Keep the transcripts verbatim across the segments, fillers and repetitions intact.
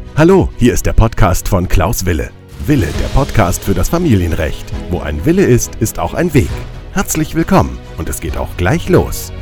Hallo, hier ist der Podcast von Klaus Wille. Wille, der Podcast für das Familienrecht. Wo ein Wille ist, ist auch ein Weg. Herzlich willkommen und es geht auch gleich los.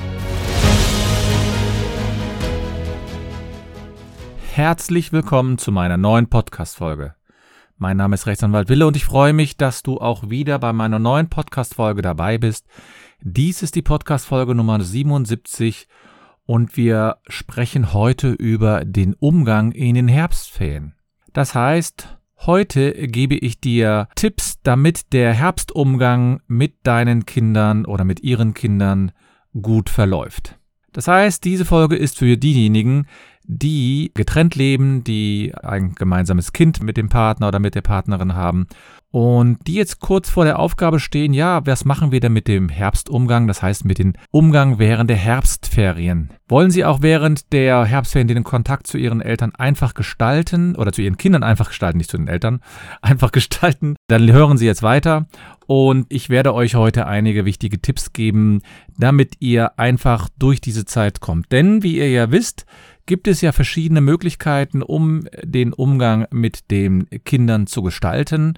Herzlich willkommen zu meiner neuen Podcast-Folge. Mein Name ist Rechtsanwalt Wille und ich freue mich, dass du auch wieder bei meiner neuen Podcast-Folge dabei bist. Dies ist die Podcast-Folge Nummer siebenundsiebzig und wir sprechen heute über den Umgang in den Herbstferien. Das heißt, heute gebe ich dir Tipps, damit der Herbstumgang mit deinen Kindern oder mit ihren Kindern gut verläuft. Das heißt, diese Folge ist für diejenigen, die getrennt leben, die ein gemeinsames Kind mit dem Partner oder mit der Partnerin haben und die jetzt kurz vor der Aufgabe stehen, ja, was machen wir denn mit dem Herbstumgang, das heißt mit dem Umgang während der Herbstferien? Wollen Sie auch während der Herbstferien den Kontakt zu Ihren Eltern einfach gestalten oder zu Ihren Kindern einfach gestalten, nicht zu den Eltern, einfach gestalten? Dann hören Sie jetzt weiter und ich werde euch heute einige wichtige Tipps geben, damit ihr einfach durch diese Zeit kommt. Denn, wie ihr ja wisst, gibt es ja verschiedene Möglichkeiten, um den Umgang mit den Kindern zu gestalten.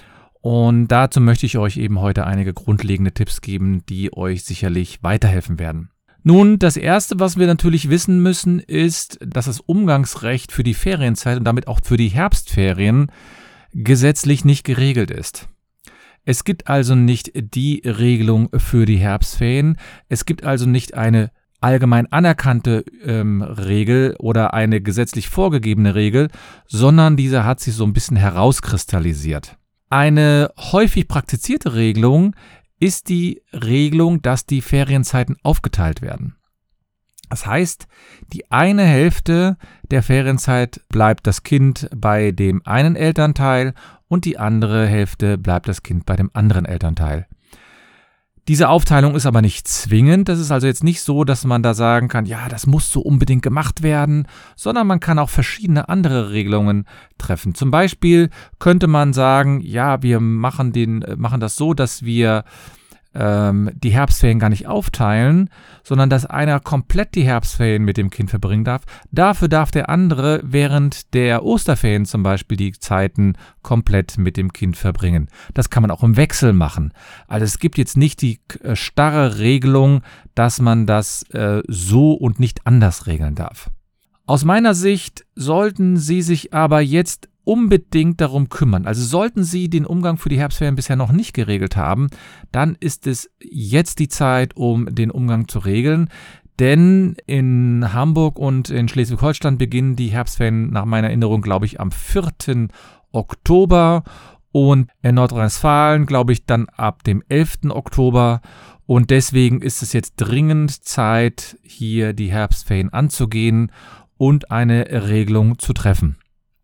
Und dazu möchte ich euch eben heute einige grundlegende Tipps geben, die euch sicherlich weiterhelfen werden. Nun, das Erste, was wir natürlich wissen müssen, ist, dass das Umgangsrecht für die Ferienzeit und damit auch für die Herbstferien gesetzlich nicht geregelt ist. Es gibt also nicht die Regelung für die Herbstferien. Es gibt also nicht eine allgemein anerkannte ähm, Regel oder eine gesetzlich vorgegebene Regel, sondern diese hat sich so ein bisschen herauskristallisiert. Eine häufig praktizierte Regelung ist die Regelung, dass die Ferienzeiten aufgeteilt werden. Das heißt, die eine Hälfte der Ferienzeit bleibt das Kind bei dem einen Elternteil und die andere Hälfte bleibt das Kind bei dem anderen Elternteil. Diese Aufteilung ist aber nicht zwingend. Das ist also jetzt nicht so, dass man da sagen kann, ja, das muss so unbedingt gemacht werden, sondern man kann auch verschiedene andere Regelungen treffen. Zum Beispiel könnte man sagen, ja, wir machen, den, machen das so, dass wir ähm, die Herbstferien gar nicht aufteilen, sondern dass einer komplett die Herbstferien mit dem Kind verbringen darf. Dafür darf der andere während der Osterferien zum Beispiel die Zeiten komplett mit dem Kind verbringen. Das kann man auch im Wechsel machen. Also es gibt jetzt nicht die äh, starre Regelung, dass man das äh, so und nicht anders regeln darf. Aus meiner Sicht sollten Sie sich aber jetzt unbedingt darum kümmern. Also sollten Sie den Umgang für die Herbstferien bisher noch nicht geregelt haben, dann ist es jetzt die Zeit, um den Umgang zu regeln. Denn in Hamburg und in Schleswig-Holstein beginnen die Herbstferien nach meiner Erinnerung, glaube ich, am vierten Oktober und in Nordrhein-Westfalen, glaube ich, dann ab dem elften Oktober. Und deswegen ist es jetzt dringend Zeit, hier die Herbstferien anzugehen und eine Regelung zu treffen.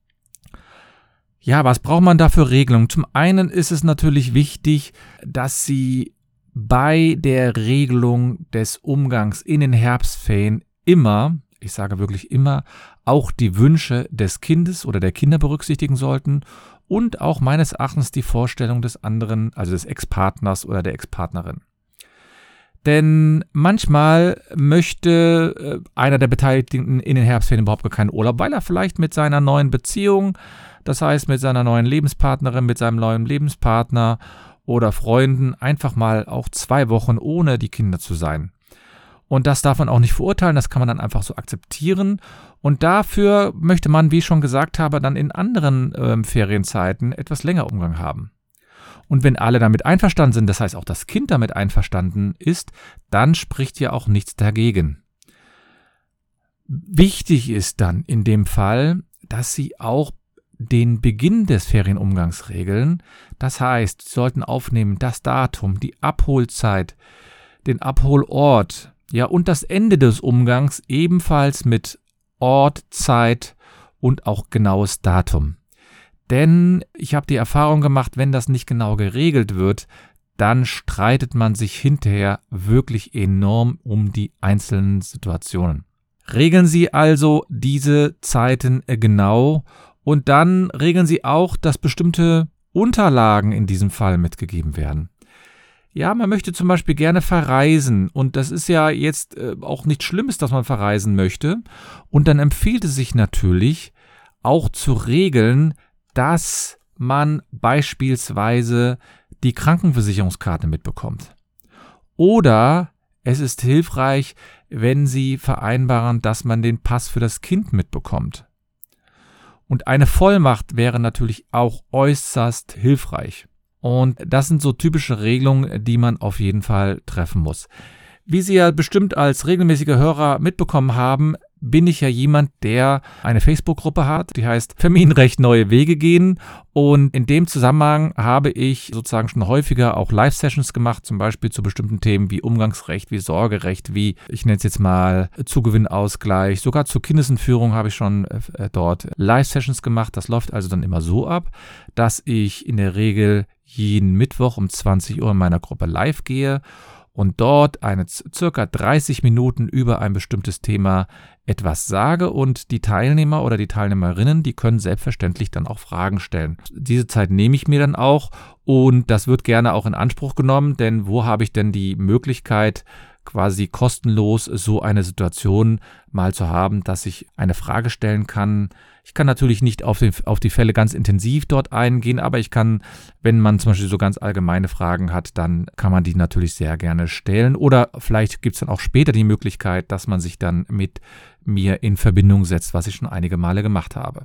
Ja, was braucht man da für Regelungen? Zum einen ist es natürlich wichtig, dass Sie bei der Regelung des Umgangs in den Herbstferien immer, ich sage wirklich immer, auch die Wünsche des Kindes oder der Kinder berücksichtigen sollten und auch meines Erachtens die Vorstellung des anderen, also des Ex-Partners oder der Ex-Partnerin. Denn manchmal möchte einer der Beteiligten in den Herbstferien überhaupt gar keinen Urlaub, weil er vielleicht mit seiner neuen Beziehung, das heißt mit seiner neuen Lebenspartnerin, mit seinem neuen Lebenspartner oder Freunden einfach mal auch zwei Wochen ohne die Kinder zu sein. Und das darf man auch nicht verurteilen, das kann man dann einfach so akzeptieren. Und dafür möchte man, wie ich schon gesagt habe, dann in anderen ähm, Ferienzeiten etwas länger Umgang haben. Und wenn alle damit einverstanden sind, das heißt auch das Kind damit einverstanden ist, dann spricht ja auch nichts dagegen. Wichtig ist dann in dem Fall, dass Sie auch den Beginn des Ferienumgangs regeln. Das heißt, Sie sollten aufnehmen das Datum, die Abholzeit, den Abholort, ja, und das Ende des Umgangs ebenfalls mit Ort, Zeit und auch genaues Datum. Denn ich habe die Erfahrung gemacht, wenn das nicht genau geregelt wird, dann streitet man sich hinterher wirklich enorm um die einzelnen Situationen. Regeln Sie also diese Zeiten genau und dann regeln Sie auch, dass bestimmte Unterlagen in diesem Fall mitgegeben werden. Ja, man möchte zum Beispiel gerne verreisen und das ist ja jetzt äh, auch nichts Schlimmes, dass man verreisen möchte. Und dann empfiehlt es sich natürlich, auch zu regeln, dass man beispielsweise die Krankenversicherungskarte mitbekommt. Oder es ist hilfreich, wenn Sie vereinbaren, dass man den Pass für das Kind mitbekommt. Und eine Vollmacht wäre natürlich auch äußerst hilfreich. Und das sind so typische Regelungen, die man auf jeden Fall treffen muss. Wie Sie ja bestimmt als regelmäßige Hörer mitbekommen haben, bin ich ja jemand, der eine Facebook-Gruppe hat, die heißt Familienrecht neue Wege gehen. Und in dem Zusammenhang habe ich sozusagen schon häufiger auch Live-Sessions gemacht, zum Beispiel zu bestimmten Themen wie Umgangsrecht, wie Sorgerecht, wie, ich nenne es jetzt mal, Zugewinnausgleich. Sogar zur Kindesentführung habe ich schon äh, dort Live-Sessions gemacht. Das läuft also dann immer so ab, dass ich in der Regel jeden Mittwoch um zwanzig Uhr in meiner Gruppe live gehe und dort eine circa dreißig Minuten über ein bestimmtes Thema etwas sage und die Teilnehmer oder die Teilnehmerinnen, die können selbstverständlich dann auch Fragen stellen. Diese Zeit nehme ich mir dann auch und das wird gerne auch in Anspruch genommen, denn wo habe ich denn die Möglichkeit, quasi kostenlos so eine Situation mal zu haben, dass ich eine Frage stellen kann. Ich kann natürlich nicht auf, den, auf die Fälle ganz intensiv dort eingehen, aber ich kann, wenn man zum Beispiel so ganz allgemeine Fragen hat, dann kann man die natürlich sehr gerne stellen. Oder vielleicht gibt es dann auch später die Möglichkeit, dass man sich dann mit mir in Verbindung setzt, was ich schon einige Male gemacht habe.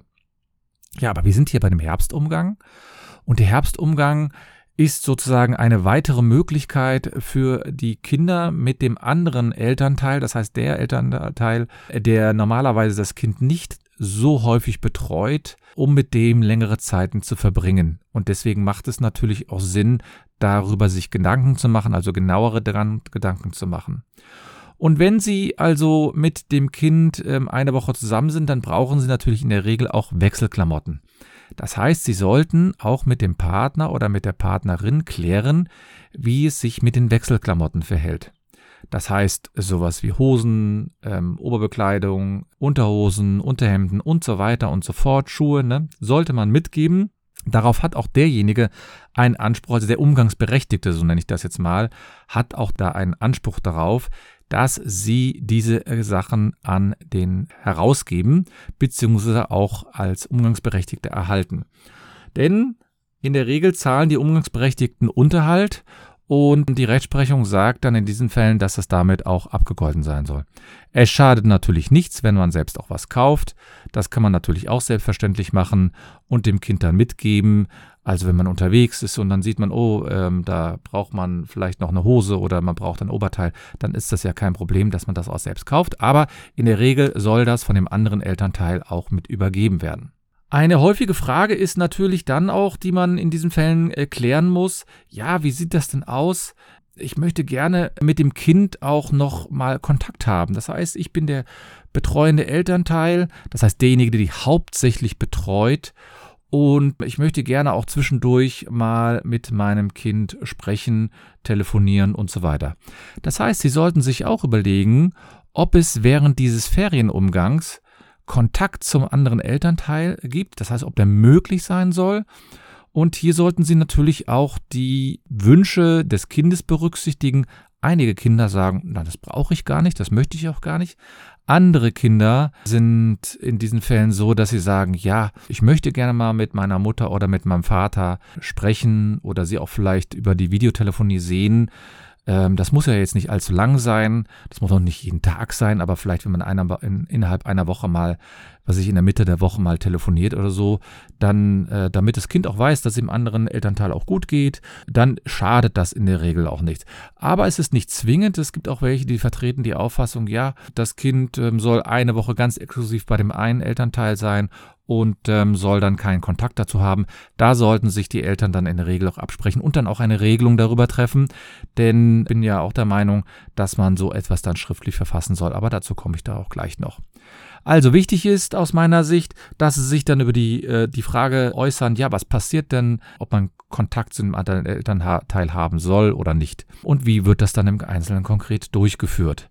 Ja, aber wir sind hier bei dem Herbstumgang und der Herbstumgang ist sozusagen eine weitere Möglichkeit für die Kinder mit dem anderen Elternteil, das heißt der Elternteil, der normalerweise das Kind nicht so häufig betreut, um mit dem längere Zeiten zu verbringen. Und deswegen macht es natürlich auch Sinn, darüber sich Gedanken zu machen, also genauere daran Gedanken zu machen. Und wenn Sie also mit dem Kind ähm, eine Woche zusammen sind, dann brauchen Sie natürlich in der Regel auch Wechselklamotten. Das heißt, Sie sollten auch mit dem Partner oder mit der Partnerin klären, wie es sich mit den Wechselklamotten verhält. Das heißt, sowas wie Hosen, ähm, Oberbekleidung, Unterhosen, Unterhemden und so weiter und so fort, Schuhe, ne, sollte man mitgeben. Darauf hat auch derjenige einen Anspruch, also der Umgangsberechtigte, so nenne ich das jetzt mal, hat auch da einen Anspruch darauf, dass sie diese Sachen an den herausgeben, beziehungsweise auch als Umgangsberechtigte erhalten. Denn in der Regel zahlen die Umgangsberechtigten Unterhalt und die Rechtsprechung sagt dann in diesen Fällen, dass das damit auch abgegolten sein soll. Es schadet natürlich nichts, wenn man selbst auch was kauft. Das kann man natürlich auch selbstverständlich machen und dem Kind dann mitgeben. Also wenn man unterwegs ist und dann sieht man, oh, ähm, da braucht man vielleicht noch eine Hose oder man braucht ein Oberteil, dann ist das ja kein Problem, dass man das auch selbst kauft. Aber in der Regel soll das von dem anderen Elternteil auch mit übergeben werden. Eine häufige Frage ist natürlich dann auch, die man in diesen Fällen äh, klären muss, ja, wie sieht das denn aus? Ich möchte gerne mit dem Kind auch noch mal Kontakt haben. Das heißt, ich bin der betreuende Elternteil, das heißt derjenige, der die hauptsächlich betreut. Und ich möchte gerne auch zwischendurch mal mit meinem Kind sprechen, telefonieren und so weiter. Das heißt, Sie sollten sich auch überlegen, ob es während dieses Ferienumgangs Kontakt zum anderen Elternteil gibt. Das heißt, ob der möglich sein soll. Und hier sollten Sie natürlich auch die Wünsche des Kindes berücksichtigen. Einige Kinder sagen, na, das brauche ich gar nicht, das möchte ich auch gar nicht. Andere Kinder sind in diesen Fällen so, dass sie sagen, ja, ich möchte gerne mal mit meiner Mutter oder mit meinem Vater sprechen oder sie auch vielleicht über die Videotelefonie sehen. Ähm, das muss ja jetzt nicht allzu lang sein, das muss auch nicht jeden Tag sein, aber vielleicht, wenn man einer, in, innerhalb einer Woche mal, was ich in der Mitte der Woche mal telefoniert oder so, dann, äh, damit das Kind auch weiß, dass es dem anderen Elternteil auch gut geht, dann schadet das in der Regel auch nichts. Aber es ist nicht zwingend, es gibt auch welche, die vertreten die Auffassung, ja, das Kind ähm, soll eine Woche ganz exklusiv bei dem einen Elternteil sein und ähm, soll dann keinen Kontakt dazu haben. Da sollten sich die Eltern dann in der Regel auch absprechen und dann auch eine Regelung darüber treffen, denn ich bin ja auch der Meinung, dass man so etwas dann schriftlich verfassen soll, aber dazu komme ich da auch gleich noch. Also wichtig ist aus meiner Sicht, dass Sie sich dann über die, äh, die Frage äußern, ja, was passiert denn, ob man Kontakt zu einem anderen Elternteil haben soll oder nicht und wie wird das dann im Einzelnen konkret durchgeführt.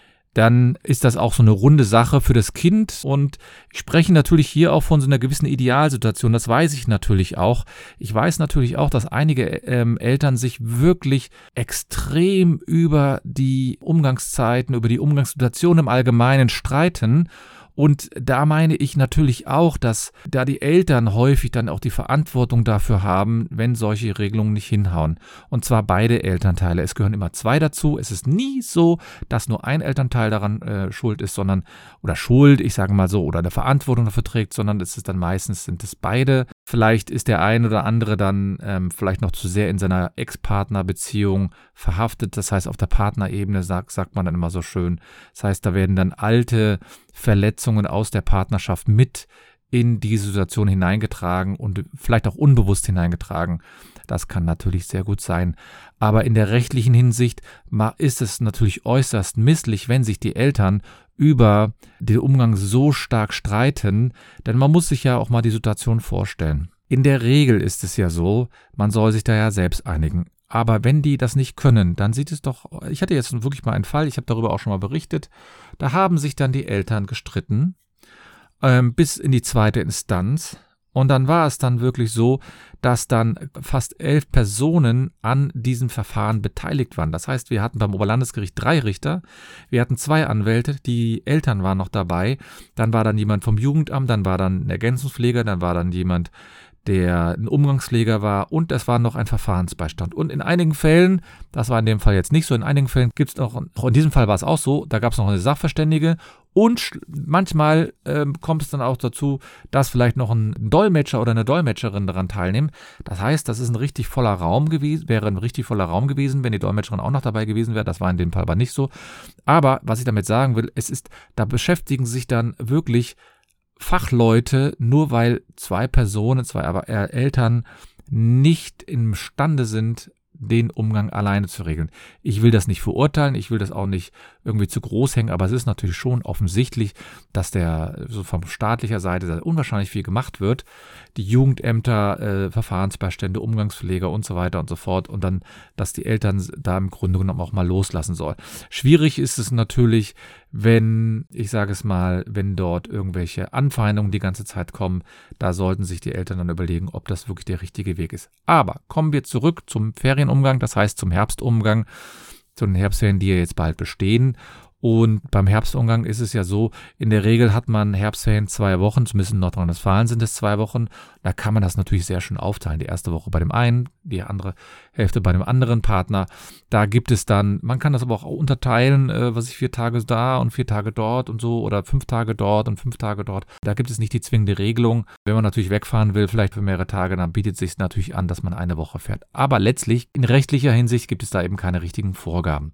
Dann ist das auch so eine runde Sache für das Kind und ich spreche natürlich hier auch von so einer gewissen Idealsituation, das weiß ich natürlich auch. Ich weiß natürlich auch, dass einige ähm, Eltern sich wirklich extrem über die Umgangszeiten, über die Umgangssituation im Allgemeinen streiten Und da meine ich natürlich auch, dass da die Eltern häufig dann auch die Verantwortung dafür haben, wenn solche Regelungen nicht hinhauen. Und zwar beide Elternteile. Es gehören immer zwei dazu. Es ist nie so, dass nur ein Elternteil daran äh, schuld ist, sondern, oder schuld, ich sage mal so, oder eine Verantwortung dafür trägt, sondern es ist dann meistens, sind es beide. Vielleicht ist der ein oder andere dann ähm, vielleicht noch zu sehr in seiner Ex-Partner-Beziehung verhaftet. Das heißt, auf der Partnerebene sagt, sagt man dann immer so schön. Das heißt, da werden dann alte Verletzungen aus der Partnerschaft mit in diese Situation hineingetragen und vielleicht auch unbewusst hineingetragen. Das kann natürlich sehr gut sein. Aber in der rechtlichen Hinsicht ist es natürlich äußerst misslich, wenn sich die Eltern über den Umgang so stark streiten, denn man muss sich ja auch mal die Situation vorstellen. In der Regel ist es ja so, man soll sich da ja selbst einigen. Aber wenn die das nicht können, dann sieht es doch, ich hatte jetzt wirklich mal einen Fall, ich habe darüber auch schon mal berichtet, da haben sich dann die Eltern gestritten, ähm, bis in die zweite Instanz. Und dann war es dann wirklich so, dass dann fast elf Personen an diesem Verfahren beteiligt waren. Das heißt, wir hatten beim Oberlandesgericht drei Richter, wir hatten zwei Anwälte, die Eltern waren noch dabei, dann war dann jemand vom Jugendamt, dann war dann ein Ergänzungspfleger, dann war dann jemand, der ein Umgangspfleger war und es war noch ein Verfahrensbeistand. Und in einigen Fällen, das war in dem Fall jetzt nicht so, in einigen Fällen gibt es noch, auch in diesem Fall war es auch so, da gab es noch eine Sachverständige und manchmal ähm, kommt es dann auch dazu, dass vielleicht noch ein Dolmetscher oder eine Dolmetscherin daran teilnehmen. Das heißt, das ist ein richtig voller Raum gewesen, wäre ein richtig voller Raum gewesen, wenn die Dolmetscherin auch noch dabei gewesen wäre. Das war in dem Fall aber nicht so. Aber was ich damit sagen will, es ist, da beschäftigen sich dann wirklich Fachleute, nur weil zwei Personen, zwei aber Eltern nicht imstande sind, den Umgang alleine zu regeln. Ich will das nicht verurteilen, ich will das auch nicht irgendwie zu groß hängen, aber es ist natürlich schon offensichtlich, dass der so von staatlicher Seite da unwahrscheinlich viel gemacht wird. Die Jugendämter, äh, Verfahrensbeistände, Umgangspfleger und so weiter und so fort und dann, dass die Eltern da im Grunde genommen auch mal loslassen sollen. Schwierig ist es natürlich, wenn, ich sage es mal, wenn dort irgendwelche Anfeindungen die ganze Zeit kommen, da sollten sich die Eltern dann überlegen, ob das wirklich der richtige Weg ist. Aber kommen wir zurück zum Ferienumgang, das heißt zum Herbstumgang, zu den Herbstferien, die ja jetzt bald bestehen. Und beim Herbstumgang ist es ja so, in der Regel hat man Herbstferien zwei Wochen, zumindest in Nordrhein-Westfalen sind es zwei Wochen. Da kann man das natürlich sehr schön aufteilen. Die erste Woche bei dem einen, die andere Hälfte bei dem anderen Partner. Da gibt es dann, man kann das aber auch unterteilen, äh, was ich vier Tage da und vier Tage dort und so oder fünf Tage dort und fünf Tage dort. Da gibt es nicht die zwingende Regelung. Wenn man natürlich wegfahren will, vielleicht für mehrere Tage, dann bietet es sich natürlich an, dass man eine Woche fährt. Aber letztlich, in rechtlicher Hinsicht gibt es da eben keine richtigen Vorgaben.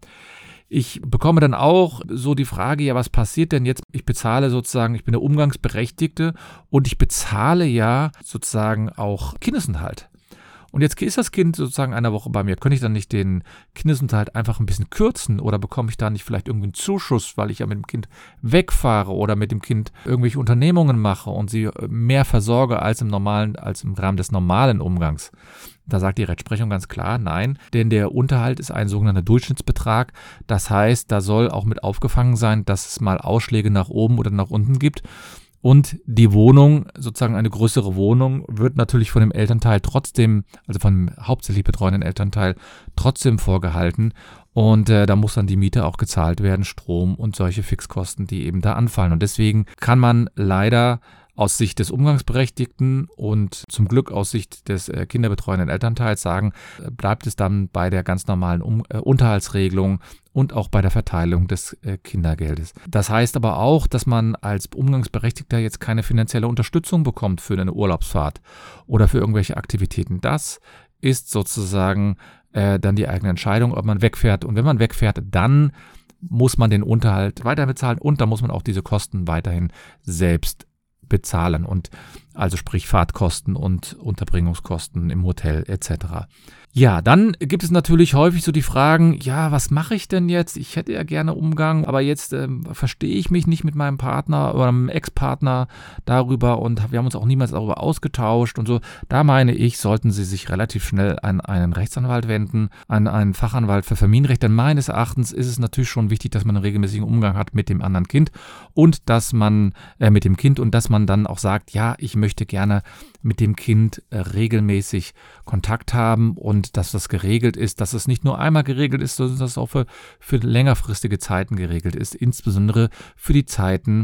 Ich bekomme dann auch so die Frage, ja, was passiert denn jetzt? Ich bezahle sozusagen, ich bin der Umgangsberechtigte und ich bezahle ja sozusagen auch Kindesunterhalt. Und jetzt ist das Kind sozusagen eine Woche bei mir. Könnte ich dann nicht den Kindesunterhalt einfach ein bisschen kürzen oder bekomme ich da nicht vielleicht irgendwie einen Zuschuss, weil ich ja mit dem Kind wegfahre oder mit dem Kind irgendwelche Unternehmungen mache und sie mehr versorge als im normalen, als im Rahmen des normalen Umgangs? Da sagt die Rechtsprechung ganz klar, nein, denn der Unterhalt ist ein sogenannter Durchschnittsbetrag. Das heißt, da soll auch mit aufgefangen sein, dass es mal Ausschläge nach oben oder nach unten gibt. Und die Wohnung, sozusagen eine größere Wohnung, wird natürlich von dem Elternteil trotzdem, also vom hauptsächlich betreuenden Elternteil, trotzdem vorgehalten. Und äh, da muss dann die Miete auch gezahlt werden, Strom und solche Fixkosten, die eben da anfallen. Und deswegen kann man leider aus Sicht des Umgangsberechtigten und zum Glück aus Sicht des äh, kinderbetreuenden Elternteils sagen, äh, bleibt es dann bei der ganz normalen um- äh, Unterhaltsregelung und auch bei der Verteilung des äh, Kindergeldes. Das heißt aber auch, dass man als Umgangsberechtigter jetzt keine finanzielle Unterstützung bekommt für eine Urlaubsfahrt oder für irgendwelche Aktivitäten. Das ist sozusagen äh, dann die eigene Entscheidung, ob man wegfährt. Und wenn man wegfährt, dann muss man den Unterhalt weiter bezahlen und dann muss man auch diese Kosten weiterhin selbst bezahlen und also sprich Fahrtkosten und Unterbringungskosten im Hotel et cetera. Ja, dann gibt es natürlich häufig so die Fragen, ja, was mache ich denn jetzt? Ich hätte ja gerne Umgang, aber jetzt ähm, verstehe ich mich nicht mit meinem Partner oder meinem Ex-Partner darüber und wir haben uns auch niemals darüber ausgetauscht und so. Da meine ich, sollten Sie sich relativ schnell an einen Rechtsanwalt wenden, an einen Fachanwalt für Familienrecht, denn meines Erachtens ist es natürlich schon wichtig, dass man einen regelmäßigen Umgang hat mit dem anderen Kind und dass man, äh, mit dem Kind und dass man dann auch sagt, ja, ich möchte gerne mit dem Kind äh, regelmäßig Kontakt haben und dass das geregelt ist, dass es nicht nur einmal geregelt ist, sondern dass es auch für, für längerfristige Zeiten geregelt ist, insbesondere für die Zeiten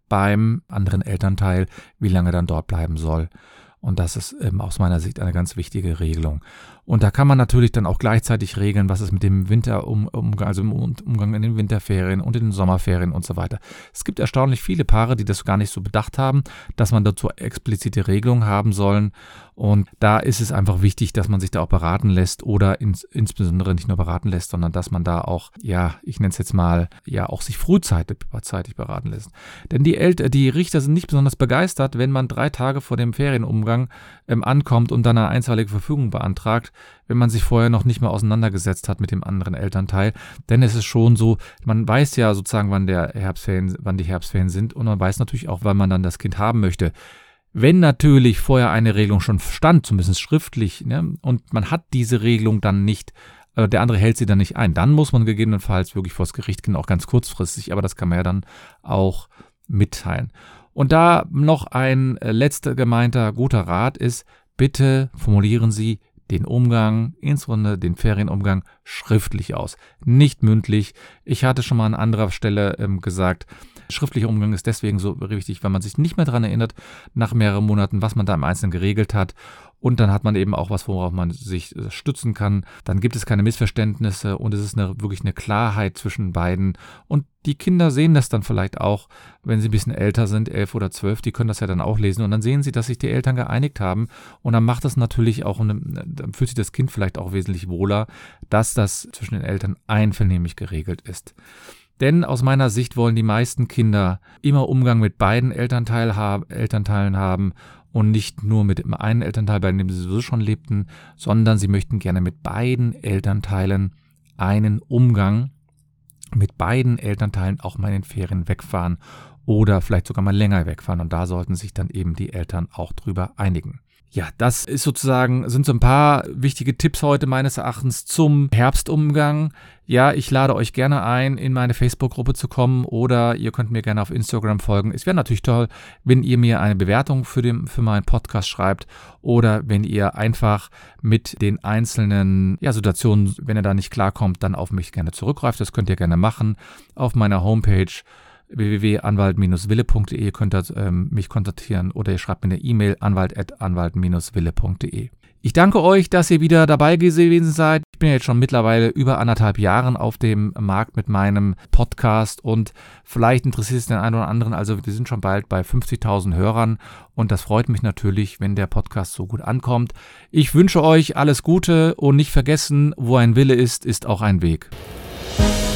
beim anderen Elternteil, wie lange dann dort bleiben soll. Und das ist ähm, aus meiner Sicht eine ganz wichtige Regelung. Und da kann man natürlich dann auch gleichzeitig regeln, was ist mit dem Winterumgang, also im Umgang in den Winterferien und in den Sommerferien und so weiter. Es gibt erstaunlich viele Paare, die das gar nicht so bedacht haben, dass man dazu explizite Regelungen haben sollen. Und da ist es einfach wichtig, dass man sich da auch beraten lässt oder ins, insbesondere nicht nur beraten lässt, sondern dass man da auch, ja, ich nenne es jetzt mal, ja, auch sich frühzeitig zeitig beraten lässt. Denn die Eltern, die Richter sind nicht besonders begeistert, wenn man drei Tage vor dem Ferienumgang ähm, ankommt und dann eine einstweilige Verfügung beantragt, wenn man sich vorher noch nicht mal auseinandergesetzt hat mit dem anderen Elternteil. Denn es ist schon so, man weiß ja sozusagen, wann der Herbstferien, wann die Herbstferien sind und man weiß natürlich auch, wann man dann das Kind haben möchte. Wenn natürlich vorher eine Regelung schon stand, zumindest schriftlich, ne, und man hat diese Regelung dann nicht, äh, der andere hält sie dann nicht ein, dann muss man gegebenenfalls wirklich vors Gericht gehen, auch ganz kurzfristig, aber das kann man ja dann auch mitteilen. Und da noch ein äh, letzter gemeinter guter Rat ist, bitte formulieren Sie den Umgang, insbesondere den Ferienumgang, schriftlich aus, nicht mündlich. Ich hatte schon mal an anderer Stelle ähm, gesagt, schriftlicher Umgang ist deswegen so wichtig, weil man sich nicht mehr daran erinnert, nach mehreren Monaten, was man da im Einzelnen geregelt hat. Und dann hat man eben auch was, worauf man sich stützen kann. Dann gibt es keine Missverständnisse und es ist eine, wirklich eine Klarheit zwischen beiden. Und die Kinder sehen das dann vielleicht auch, wenn sie ein bisschen älter sind, elf oder zwölf, die können das ja dann auch lesen. Und dann sehen sie, dass sich die Eltern geeinigt haben. Und dann macht das natürlich auch, eine, dann fühlt sich das Kind vielleicht auch wesentlich wohler, dass das zwischen den Eltern einvernehmlich geregelt ist. Denn aus meiner Sicht wollen die meisten Kinder immer Umgang mit beiden Elternteil haben, Elternteilen haben und nicht nur mit dem einen Elternteil, bei dem sie sowieso schon lebten, sondern sie möchten gerne mit beiden Elternteilen einen Umgang, mit beiden Elternteilen auch mal in den Ferien wegfahren oder vielleicht sogar mal länger wegfahren. Und da sollten sich dann eben die Eltern auch drüber einigen. Ja, das ist sozusagen, sind so ein paar wichtige Tipps heute meines Erachtens zum Herbstumgang. Ja, ich lade euch gerne ein, in meine Facebook-Gruppe zu kommen oder ihr könnt mir gerne auf Instagram folgen. Es wäre natürlich toll, wenn ihr mir eine Bewertung für, den, für meinen Podcast schreibt oder wenn ihr einfach mit den einzelnen ja, Situationen, wenn ihr da nicht klarkommt, dann auf mich gerne zurückgreift. Das könnt ihr gerne machen auf meiner Homepage w w w punkt anwalt Bindestrich wille punkt de. Ihr könnt ähm, mich kontaktieren oder ihr schreibt mir eine E-Mail anwalt at anwalt Bindestrich wille punkt de. Ich danke euch, dass ihr wieder dabei gewesen seid. Ich bin jetzt schon mittlerweile über anderthalb Jahren auf dem Markt mit meinem Podcast und vielleicht interessiert es den einen oder anderen. Also wir sind schon bald bei fünfzigtausend Hörern und das freut mich natürlich, wenn der Podcast so gut ankommt. Ich wünsche euch alles Gute und nicht vergessen, wo ein Wille ist, ist auch ein Weg.